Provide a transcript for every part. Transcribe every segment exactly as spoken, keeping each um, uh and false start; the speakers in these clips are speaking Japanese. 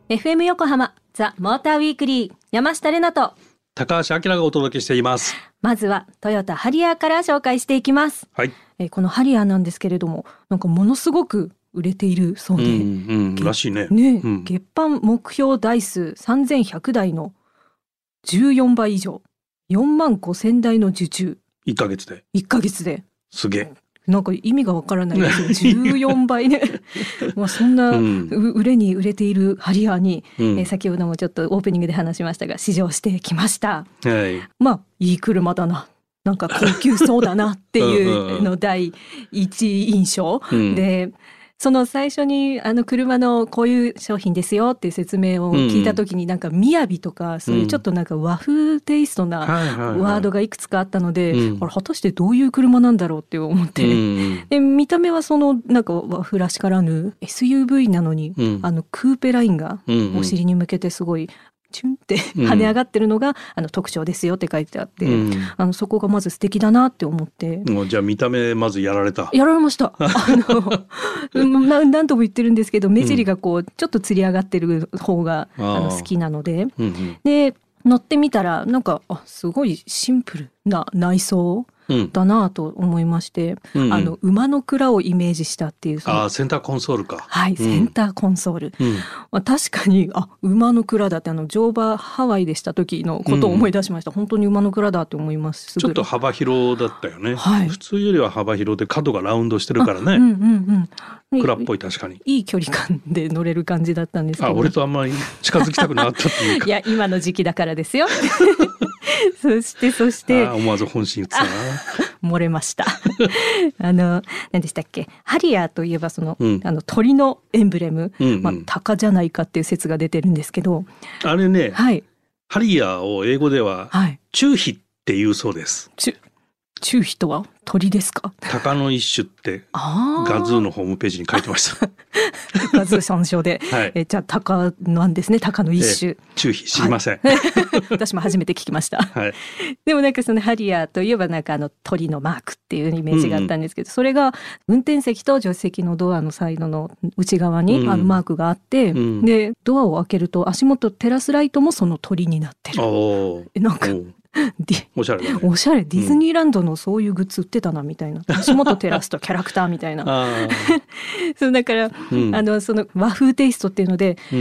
エフエム 横浜ザ・モーターウィークリー、山下れなと高橋明がお届けしています。 まずはトヨタハリアーから紹介していきます。 はい、 えー、このハリアーなんですけれども、なんかものすごく売れているそうで、 うんうん、らしいね。 ね、 うん、 月販目標台数さんぜんひゃくだいのじゅうよんばい以上、よんまんごせんだいの受注。 いっかげつで。 いっかげつで。 すげえ。 なんか意味がわからないですよ。じゅうよんばいね。まあそんな売れに売れているハリアーに、うん、えー、先ほどもちょっとオープニングで話しましたが、試乗してきました。 はい、 まあいい車だな。なんか高級そうだなっていうの第一印象、うん、で、その最初にあの車のこういう商品ですよっていう説明を聞いた時に、なんか雅とかそういうちょっとなんか和風テイストなワードがいくつかあったので、これ果たしてどういう車なんだろうって思って、うん、で見た目はそのなんか和風らしからぬ エスユーブイ なのに、うん、あのクーペラインがお尻に向けてすごいチュンって跳ね上がってるのが、うん、あの特徴ですよって書いてあって、うん、あのそこがまず素敵だなって思って。 もうじゃあ見た目まずやられた。 やられました。あのな何度も言ってるんですけど、目尻がこうちょっとつり上がってる方が、うん、あの好きなので、うんうん、で乗ってみたらなんかあすごいシンプルな内装だなと思いまして、うん、あの馬の蔵をイメージしたっていう。 あ、センターコンソールか。 はい、センターコンソール、うん、まあ、確かにあ馬の蔵だって、あの乗馬ハワイでした時のことを思い出しました、うん、本当に馬の蔵だって思います。 ちょっと幅広だったよね、はい、普通よりは幅広で角がラウンドしてるからね、 うんうんうん、 蔵っぽい。確かにいいい距離感で乗れる感じだったんですけど、 あ俺とあんまり近づきたくなかったっていうかいや今の時期だからですよそしてそしてあ思わず本心打つな漏れましたあの何でしたっけ、ハリアーといえばその、うん、あの鳥のエンブレム、うんうん、まあ、鷹じゃないかっていう説が出てるんですけど、 あれね、 はい、 ハリアーを英語では、はい、チューヒっていうそうです。 チュチューヒとは鳥ですか？ 鷹の一種ってガズーのホームページに書いてましたガズー参照で、はい、えじゃあ鷹なんですね。鷹の一種、えチューヒ知りません、 はい、私も初めて聞きました、はい、でもなんかそのハリアーといえばなんかあの鳥のマークっていうイメージがあったんですけど、うんうん、それが運転席と助手席のドアのサイドの内側にあのマークがあって、うん、でドアを開けると足元照らすライトもその鳥になってる。おなんかおしゃれだね。 おしゃれ。ディズニーランドのそういうグッズ売ってたなみたいな、うん、足元照らすとキャラクターみたいなそうだから、うん、あのその和風テイストっていうので、うん、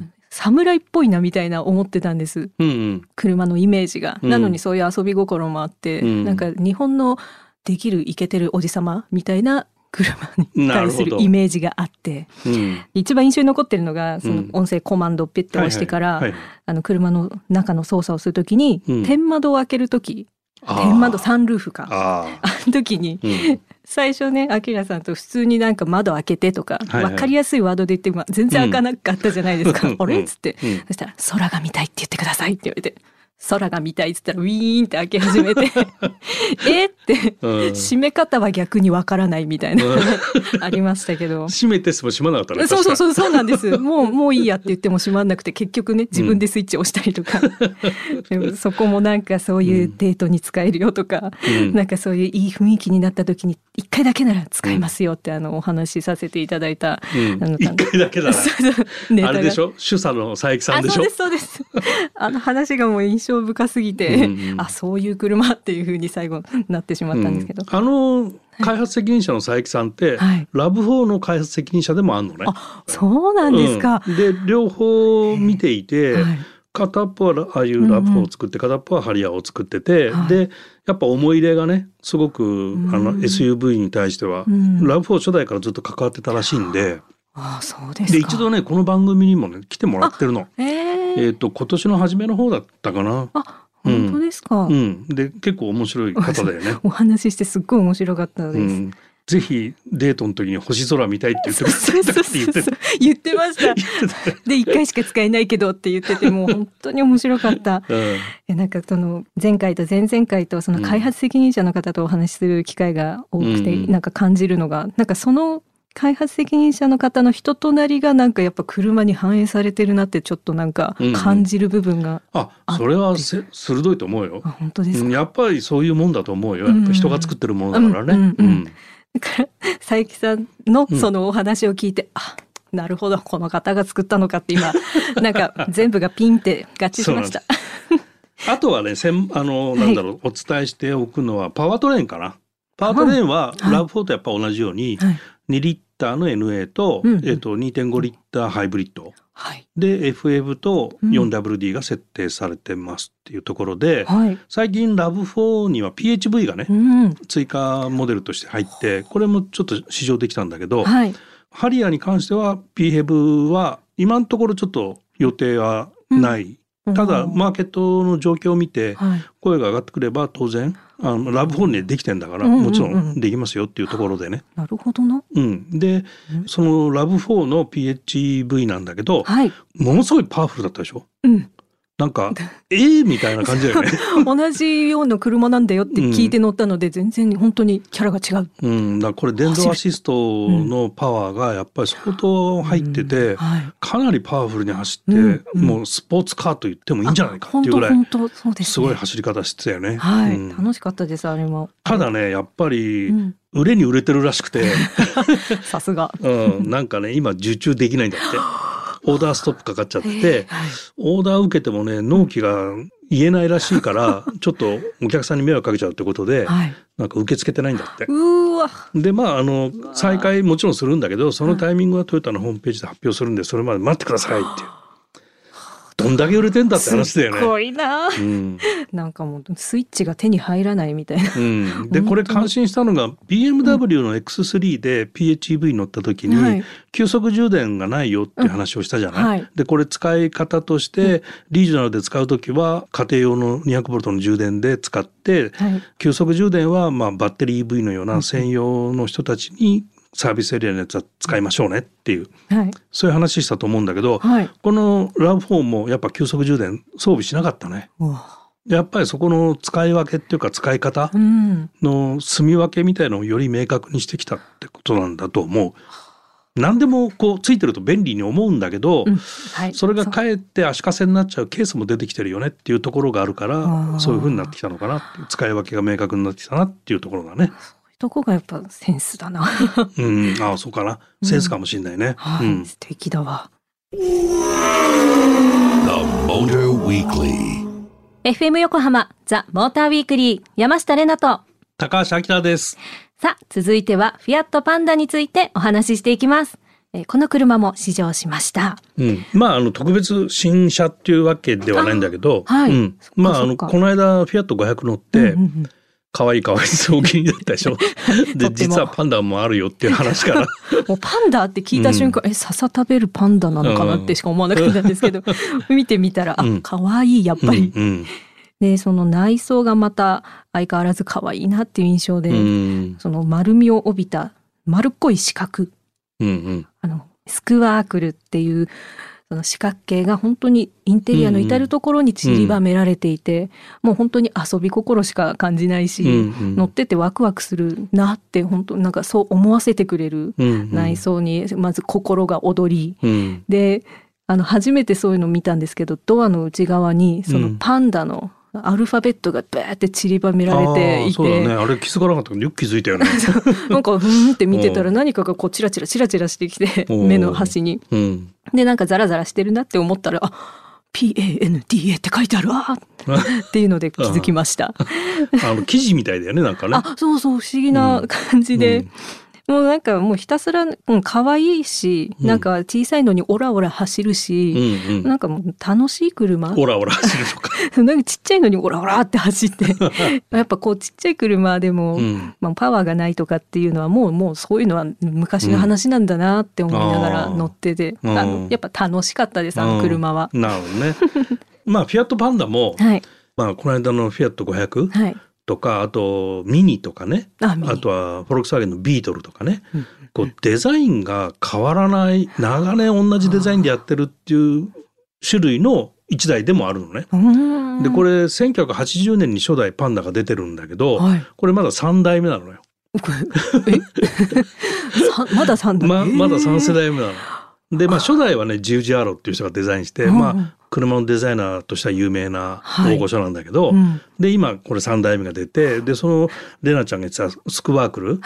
侍っぽいなみたいな思ってたんです、うんうん、車のイメージが、うん、なのにそういう遊び心もあって、うん、なんか日本のできるイケてるおじさまみたいな車に対するイメージがあって、うん、一番印象に残ってるのがその音声コマンドをピッて押してから、はいはいはい、あの車の中の操作をするときに、うん、天窓を開けるとき、天窓サンルーフか あ, あの時に、うん、最初ねアキラさんと普通になんか窓開けてとか、はいはい、分かりやすいワードで言っても全然開かなかったじゃないですか、うん、あれっつって、うん、そしたら空が見たいって言ってくださいって言われて、空が見たいっつったらウィーンって開け始めてえって、うん、閉め方は逆にわからないみたいなありましたけど、 閉めても閉まなかったね。 そうそうそうそうなんですもうもういいやって言っても閉まんなくて、結局ね自分でスイッチ押したりとか、うん、でもそこもなんかそういうデートに使えるよとか、うん、なんかそういういい雰囲気になった時に一回だけなら使えますよってあのお話しさせていただいた、 うん、あの一回だけならあれでしょ、主査の佐伯さんでしょ。 あそうですそうですあの話がもう印象深すぎて、うんうん、あそういう車っていう風に最後なってしまったんですけど、 うん、あの開発責任者の佐伯さんって、はい、ラブフォーの開発責任者でもあるのね。 あそうなんですか、 うん、で両方見ていて、はい、片っぽはああいうラブフォーを作って、うんうん、片っぽはハリアーを作ってて、はい、でやっぱ思い入れがねすごく、うん、あの エスユーブイ に対しては、うん、ラブフォー初代からずっと関わってたらしいんで、 あそうですか。 で一度ねこの番組にもね来てもらってるの。えーえー、と今年の初めの方だったかな。 あ本当ですか、 うんうん、で結構面白い方だよねお話ししてすっごい面白かったです、うん、 ぜひデートの時に星空見たいって言ってくださいって言って言ってましたでいっかいしか使えないけどって言ってて、もう本当に面白かった、うん、えなんかその前回と前々回とその開発責任者の方とお話しする機会が多くて、うん、なんか感じるのがなんかその開発責任者の方の人となりがなんかやっぱ車に反映されてるなってちょっとなんか感じる部分があって、 うんうん、あそれは鋭いと思うよ。 あ本当ですか。 やっぱりそういうもんだと思うよ。やっぱ人が作ってるものだからね。だから佐伯さんのそのお話を聞いて、うん、あなるほど、この方が作ったのかって今なんか全部がピンって合致しましたあとはね、せんあのなんだろう、はい、お伝えしておくのはパワートレーンかな。パワートレーンはラブフォーとやっぱ同じように、はい、にリッターの エヌエー と、うんうん、えー、と にてんご リッターハイブリッド、はい、で エフエフ と よんダブリューディー が設定されてますっていうところで、はい、最近ラブフォーには ピーエイチブイ がね、うん、追加モデルとして入ってこれもちょっと試乗できたんだけど、はい、ハリアーに関しては ピーヘブは今のところちょっと予定はない、うん、ただマーケットの状況を見て声が上がってくれば当然あのラブフォーにできてんだからもちろんできますよっていうところでね、 うんうんうん、なるほどな、 うん、で、うん、そのラブフォーの ピーエイチブイ なんだけど、はい、ものすごいパワフルだったでしょ、うん、なんかえーみたいな感じだよね同じような車なんだよって聞いて乗ったので、うん、全然本当にキャラが違う、 うん、だからこれ電動アシストのパワーがやっぱり相当入ってて、うんはい、かなりパワフルに走って、うんうん、もうスポーツカーと言ってもいいんじゃないかっていうぐらいすごい走り方してたよね、 はい、 うん、 楽しかったですあれも。 ただねやっぱり、うん売れに売れてるらしくてさすが、 うん、なんかね今受注できないんだってオーダーストップかかっちゃって、はい、オーダー受けてもね納期が言えないらしいからちょっとお客さんに迷惑かけちゃうってことで、はい、なんか受け付けてないんだって。 うわでまああの再開もちろんするんだけどそのタイミングはトヨタのホームページで発表するんでそれまで待ってくださいってどんだけ売れてんだって話だよね。 すごいな、うん、なんかもうスイッチが手に入らないみたいな、 うん、でこれ感心したのが ビーエムダブリュー の エックススリー で ピーエイチブイ 乗った時に、はい、急速充電がないよっていう話をしたじゃない、うんはい、でこれ使い方としてリージョナルで使う時は家庭用のにひゃくボルトの充電で使って、はい、急速充電はまあバッテリー イーブイ のような専用の人たちにサービスエリアのやつは使いましょうねっていう、はい、そういう話したと思うんだけど、はい、このラブフォーもやっぱ急速充電装備しなかったね。やっぱりそこの使い分けっていうか使い方の住み分けみたいのをより明確にしてきたってことなんだと思う。何でもこうついてると便利に思うんだけど、うんはい、それがかえって足かせになっちゃうケースも出てきてるよねっていうところがあるからそういう風になってきたのかなって使い分けが明確になってきたなっていうところだね。 どこがやっぱセンスだなうん、ああそうかなセンスかもしれないね、うんはい、 うん、素敵だわ。 The Motor Weekly エフエム 横浜ザ・モーターウィークリー山下れなと高橋明です。 さあ続いてはフィアットパンダについてお話ししていきます。えー、この車も試乗しました、 うん、まああの特別新車っていうわけではないんだけど、はいうん、まああのこの間フィアットごひゃく乗って、うんうんうんかわいいかわいいそう気になったでしょで実はパンダもあるよっていう話からもうパンダって聞いた瞬間、うん、え笹食べるパンダなのかなってしか思わなかったんですけど、うん、見てみたらあかわいいやっぱり、うんうん、でその内装がまた相変わらずかわいいなっていう印象で、うん、その丸みを帯びた丸っこい四角、うんうん、あのスクワークルっていうその四角形が本当にインテリアの至るところに散りばめられていて、うんうん、もう本当に遊び心しか感じないし、うんうん、乗っててワクワクするなって本当なんかそう思わせてくれる内装にまず心が躍り、うん、であの初めてそういうのを見たんですけどドアの内側にそのパンダのアルファベットがバーって散りばめられていて、 そうだねあれ気づかなかったけどよく気づいたよねなんかふーんって見てたら何かがこうチラチラチラチラしてきて目の端に、うん、でなんかザラザラしてるなって思ったらあ ピーエーエヌディーエー って書いてあるわっていうので気づきましたあの記事みたいだよねなんかね。 あそうそう不思議な感じで、うんうんもうなんかもうひたすら、うん、可愛いし、うん、なんか小さいのにオラオラ走るし、うんうん、なんかもう楽しい車オラオラ走るとかなんかちっちゃいのにオラオラって走ってやっぱこうちっちゃい車でも、うんまあ、パワーがないとかっていうのはもうもうそういうのは昔の話なんだなって思いながら乗ってて、うん、あのやっぱ楽しかったですあの車は、 うん、なるほどねまあフィアットパンダも、はいまあ、この間のフィアットごひゃく、はいとかあとミニとかね あ, あとはフォルクスワーゲンのビートルとかね、うん、こうデザインが変わらない長年同じデザインでやってるっていう種類のいちだいでもあるのね。でこれせんきゅうひゃくはちじゅうねんに初代パンダが出てるんだけど、はい、これまださんだいめなのよまださんだいめ、 ま、まださん世代目なので、まあ、初代はねジウジアロっていう人がデザインして、まあ、車のデザイナーとしては有名な大御所なんだけど、はいうん、で今これさんだいめが出てでそのレナちゃんが言ってたスクワークル、はい、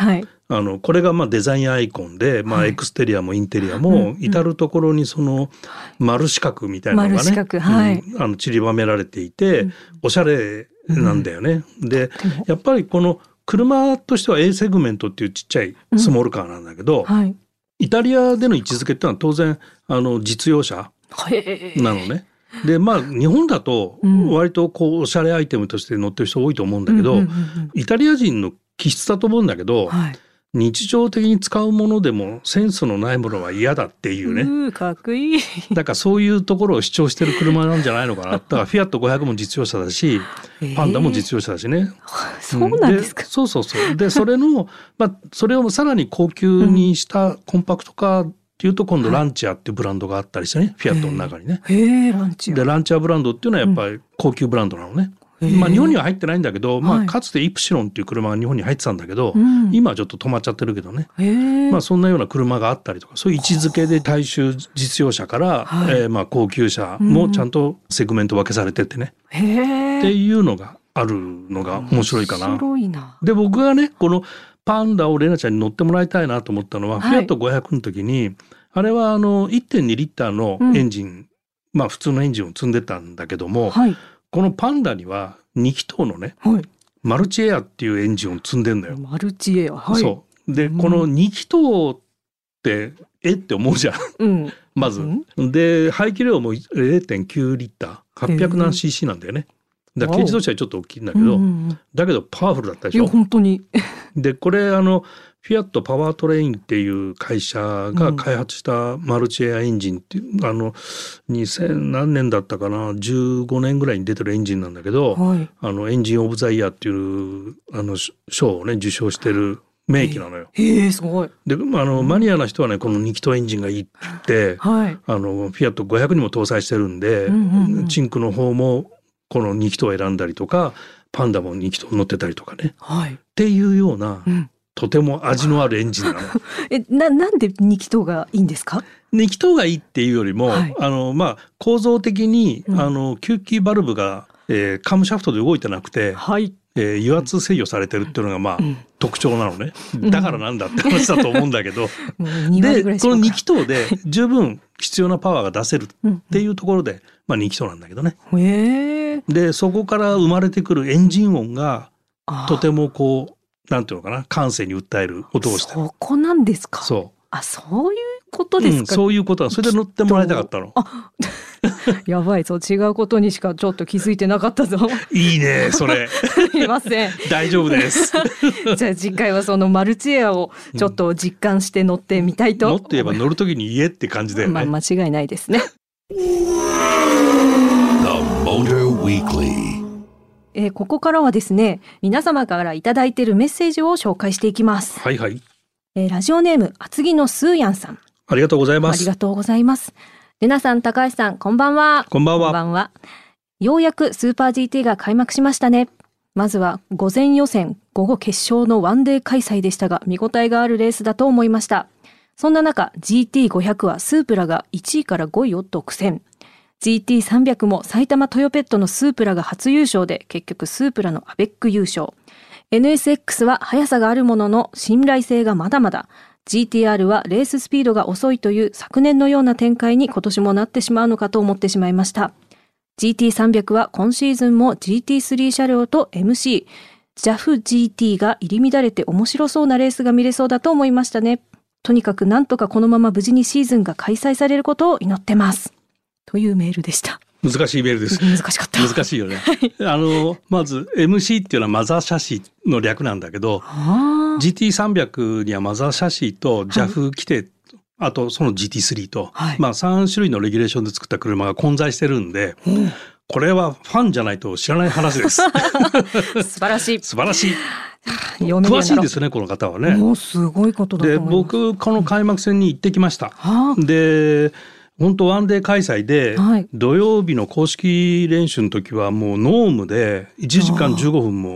あのこれがまあデザインアイコンで、まあ、エクステリアもインテリアも至る所にその丸四角みたいなのがね、はい、うん、あの散りばめられていて、うん、おしゃれなんだよね、うん、でやっぱりこの車としては A セグメントっていうちっちゃいスモールカーなんだけど、うん、はい、イタリアでの位置づけってのは当然あの実用車なのね。でまあ日本だと割とこうおしゃれアイテムとして乗ってる人多いと思うんだけど、うんうんうんうん、イタリア人の気質だと思うんだけど、はい、日常的に使うものでもセンスのないものは嫌だっていうね。 うーかっこいい。 だからそういうところを主張してる車なんじゃないのかな。だからフィアットごひゃくも実用車だし、パンダも実用車だしね。 えー、そうなんですか。 でそうそうそう。でそれのまあそれをさらに高級にしたコンパクトカーっていうと今度ランチアっていうブランドがあったりしてね、はい、フィアットの中にね。 へえ、ランチア。 でランチアブランドっていうのはやっぱり高級ブランドなのね。うん、まあ日本には入ってないんだけど、まあかつてイプシロンっていう車が日本に入ってたんだけど、うん、今はちょっと止まっちゃってるけどね。まあそんなような車があったりとか、そういう位置づけで大衆実用車から、はい、えー、まあ高級車もちゃんとセグメント分けされてってね。へーっていうのがあるのが面白いかな。 面白いな。 で僕がねこのパンダをレナちゃんに乗ってもらいたいなと思ったのは、はい、フィアットごひゃくの時にあれはあの いってんに リッターのエンジン、うん、まあ普通のエンジンを積んでたんだけども、はい、このパンダにはに気筒のね、はい、マルチエアっていうエンジンを積んでんだよ。 マルチエア、はい、 そうで、うん、このに気筒ってえって思うじゃん、うん、まず、うん、で排気量も れいてんきゅう リッターはっぴゃくなん シーシー なんだよね。だから軽自動車はちょっと大きいんだけど、うんうん、だけどパワフルだったでしょ。 いや本当にでこれあのフィアットパワートレインっていう会社が開発したマルチエアエンジンっていう、うん、あのにせん何年だったかなじゅうごねんぐらいに出てるエンジンなんだけど、はい、あのエンジンオブザイヤーっていうあの賞をね受賞してる名機なのよ。 へえー、すごい。 であのマニアな人はねこのに気筒エンジンがいいって、はい、あのフィアットごひゃくにも搭載してるんで、うんうんうん、チンクの方もこのに気筒を選んだりとかパンダもに気筒乗ってたりとかね、はい、っていうような、うん、とても味のあるエンジンなの。 え な, なんでに気筒がいいんですか。 に気筒がいいっていうよりも、はい、あのまあ、構造的に、うん、あの吸気バルブが、えー、カムシャフトで動いてなくて、はい、えー、油圧制御されてるっていうのが、まあうん、特徴なのね。だからなんだって話だと思うんだけど、うん、でこのに気筒で十分必要なパワーが出せるっていうところで、まあ、に気筒なんだけどね。へー。でそこから生まれてくるエンジン音がとてもこうなんていうのかな感性に訴える音をしてる。 そこなんですか。 そう。 あ、そういうことですか。 うん、そういうことはそれで乗ってもらいたかったの。あやばいぞ、違うことにしかちょっと気づいてなかったぞ。 いいねそれ。 すいません。 大丈夫です。 じゃあ次回はそのマルチエアをちょっと実感して乗ってみたいと、うん、 もっと言えば乗るときに言えって感じだよね。 まあ、間違いないですね。えー、ここからはですね皆様からいただいているメッセージを紹介していきます。 はいはい。 えー、ラジオネーム厚木のスーヤンさん、 ありがとうございます。 ありがとうございます。レナさん、高橋さん、こんばんは。 こんばんは。 こんばんは。ようやくスーパー ジーティー が開幕しましたね。まずは午前予選午後決勝のワンデー開催でしたが見応えがあるレースだと思いました。そんな中 ジーティーごひゃく はスープラがいちいからごいを独占。ジーティーさんびゃく も埼玉トヨペットのスープラが初優勝で結局スープラのアベック優勝。 エヌエスエックス は速さがあるものの信頼性がまだまだ、 ジーティーアール はレーススピードが遅いという昨年のような展開に今年もなってしまうのかと思ってしまいました。 ジーティーさんびゃく は今シーズンも ジーティースリー 車両と エムシー ジャフ ジーティー が入り乱れて面白そうなレースが見れそうだと思いましたね。とにかくなんとかこのまま無事にシーズンが開催されることを祈ってますというメールでした。 難しいメールです。 難しかった。 難しいよね。はい、あのまず エムシー っていうのはマザーシャシーの略なんだけど、ジーティーさんびゃく にはマザーシャシーと ジャフ 規定、はい、あとその ジーティースリー と、はい、まあさん種類のレギュレーションで作った車が混在してるんで、うん、これはファンじゃないと知らない話です。 素晴らしい。 素晴らしい。詳しいですねこの方はね。 もうすごいことだと思います。 で僕この開幕戦に行ってきました。うん、で本当ワンデー開催で、はい、土曜日の公式練習の時はもうノームでいちじかんじゅうごふんも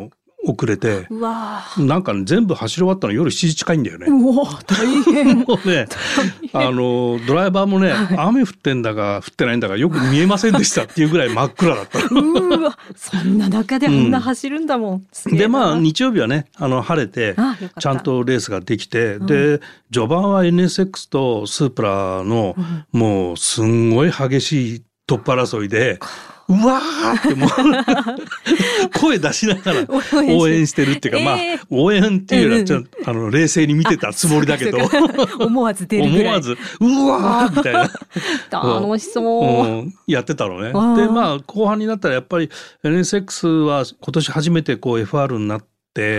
遅れて、 うわなんか、ね、全部走り終わったの夜しちじ近いんだよね。 うわ大変もうね、あのドライバーもね、はい、雨降ってんだか降ってないんだかよく見えませんでしたっていうぐらい真っ暗だった。 うわそんな中であんな走るんだもん、 うん、でまあ日曜日はねあの晴れてちゃんとレースができて、うん、で序盤は エヌエスエックス とスープラの、うん、もうすんごい激しいトップ争いで、うわーってもう声出しながら応援してるっていうか、えー、まあ応援っていうよりはちょっと、うん、あの冷静に見てたつもりだけど思わず出るぐらい思わずうわーみたいな楽しそう、 うん、やってたのね。でまあ後半になったらやっぱり エヌエスエックス は今年初めてこう エフアール になって、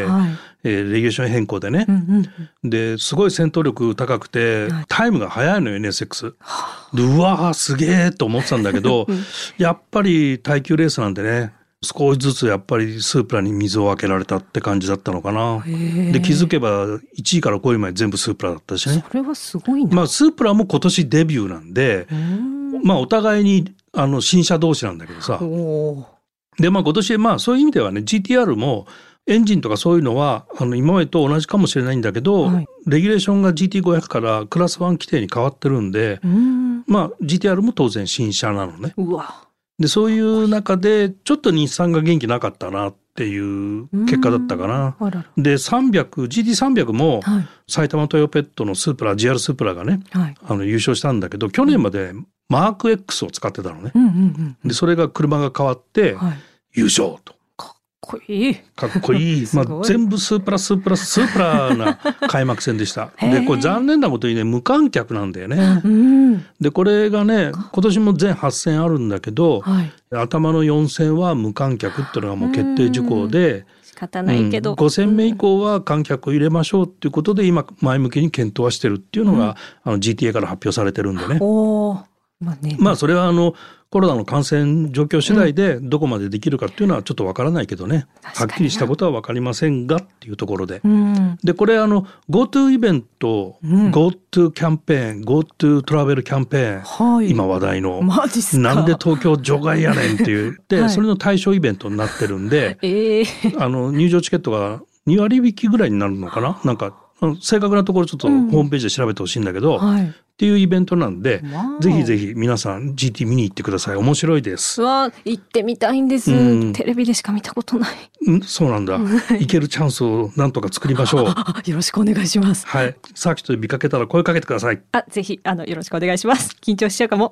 はいえー、レギュレーション変更でね、うんうん、ですごい戦闘力高くて、はい、タイムが速いのよ エヌエスエックス、はあ、でうわーすげーと思ってたんだけどやっぱり耐久レースなんでね少しずつやっぱりスープラに水をあけられたって感じだったのかな。で気づけばいちいからごいまで全部スープラだったしね。 それはすごいな。 まあスープラも今年デビューなんでまあお互いにあの新車同士なんだけどさ。でまあ今年まあそういう意味ではね ジーティーアール もエンジンとかそういうのはあの今までと同じかもしれないんだけど、はい、レギュレーションが ジーティーごひゃく からクラスワン規定に変わってるんで、うんまあ ジーティーアール も当然新車なのね。 うわでそういう中でちょっと日産が元気なかったなっていう結果だったかな。 あららで さんびゃくジーティーさんびゃく も、はい、埼玉トヨペットのスープラ ジーアール スープラがね、はい、あの優勝したんだけど去年までマーク X を使ってたのね、うんうんうんうん、でそれが車が変わって、はい、優勝と。 かっこいいかっこいい、まあ、全部スープラスープラスープラな開幕戦でしたでこれ残念なことにね無観客なんだよね、うん、でこれがね今年も全はち戦あるんだけど、はい、頭のよん戦は無観客っていうのがもう決定事項で仕方ないけど、うん、 ご戦目以降は観客を入れましょうっていうことで今前向きに検討はしてるっていうのが、うん、あの ジーティーエー から発表されてるんでね。 おまあね、 まあそれはあのコロナの感染状況次第でどこまでできるかっていうのはちょっとわからないけどね、うん、はっきりしたことはわかりませんがっていうところで、うん、でこれあの GoTo イベント、うん、GoTo キャンペーン GoTo トラベルキャンペーン、はい、今話題のマジっすかなんで東京除外やねんっていうで、はい、それの対象イベントになってるんで、えー、あの入場チケットがに割引きぐらいになるのかな、なんか正確なところちょっとホームページで調べてほしいんだけど、うんはい、っていうイベントなんでぜひぜひ皆さん ジーティー 見に行ってください。面白いです。 うわ行ってみたいんです、うん、テレビでしか見たことない、 うん、そうなんだ行けるチャンスをなんとか作りましょうよろしくお願いします。 はいサーキットで見かけたら声かけてください。 あぜひあのよろしくお願いします。緊張しちゃうかも。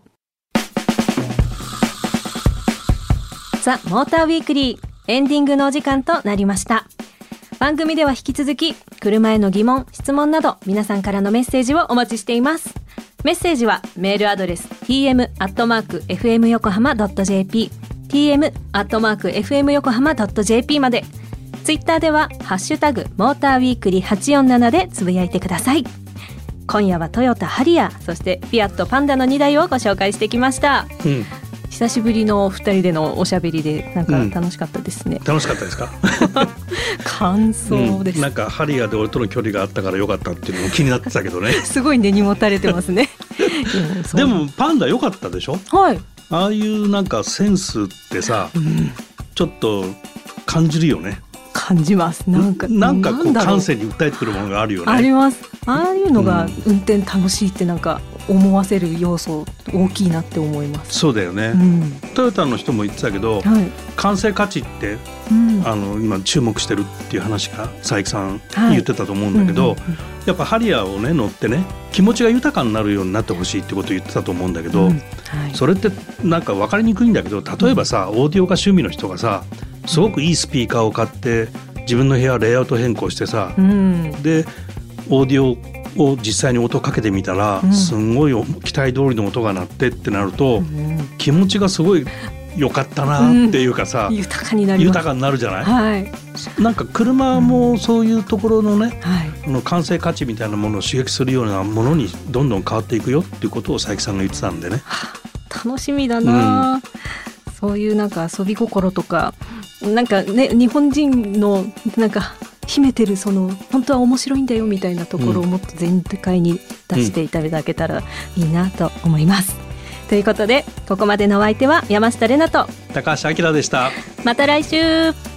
ザ・モーターウィークリーエンディングのお時間となりました。番組では引き続き車への疑問質問など皆さんからのメッセージをお待ちしています。メッセージはメールアドレス ティーエム アットマーク エフエム 横浜 ドット ジェーピー ティーエム アットマーク エフエム 横浜 ドット ジェーピー まで。ツイッターではハッシュタグモーターウィークリーはちよんななでつぶやいてください。今夜はトヨタハリアーそしてフィアットパンダのにだいをご紹介してきました、うん久しぶりのふたりでのおしゃべりでなんか楽しかったですね、 うん、楽しかったですか感想です、 うん、なんかハリアーで俺との距離があったから良かったっていうのも気になってたけどねすごい根に持たれてますねでもパンダ良かったでしょ。 はいああいうなんかセンスってさ、うん、ちょっと感じるよね。 感じます。なんかなんかこう感性に訴えてくるものがあるよね。 あります。ああいうのが運転楽しいってなんか思わせる要素大きいなって思います。 そうだよね、うん、トヨタの人も言ってたけど、はい、完成価値って、うん、あの今注目してるっていう話が佐伯さん言ってたと思うんだけど、はいうんうんうん、やっぱハリアーをね乗ってね気持ちが豊かになるようになってほしいってことを言ってたと思うんだけど、うんはい、それってなんか分かりにくいんだけど例えばさ、うん、オーディオが趣味の人がさすごくいいスピーカーを買って自分の部屋レイアウト変更してさ、うん、でオーディオを実際に音かけてみたら、うん、すんごい期待通りの音が鳴ってってなると、うん、気持ちがすごい良かったなっていうかさ、 うん、豊かになります。 豊かになるじゃない、 はい、 なんか車もそういうところのね、うん、はい、完成価値みたいなものを刺激するようなものにどんどん変わっていくよっていうことを佐伯さんが言ってたんでね、 はあ、楽しみだな、うん、そういうなんか遊び心とかなんかね日本人のなんか秘めてるその本当は面白いんだよみたいなところをもっと全開に出していただけたらいいなと思います、うん、ということでここまでのお相手は山下玲奈と高橋明でした。 また来週。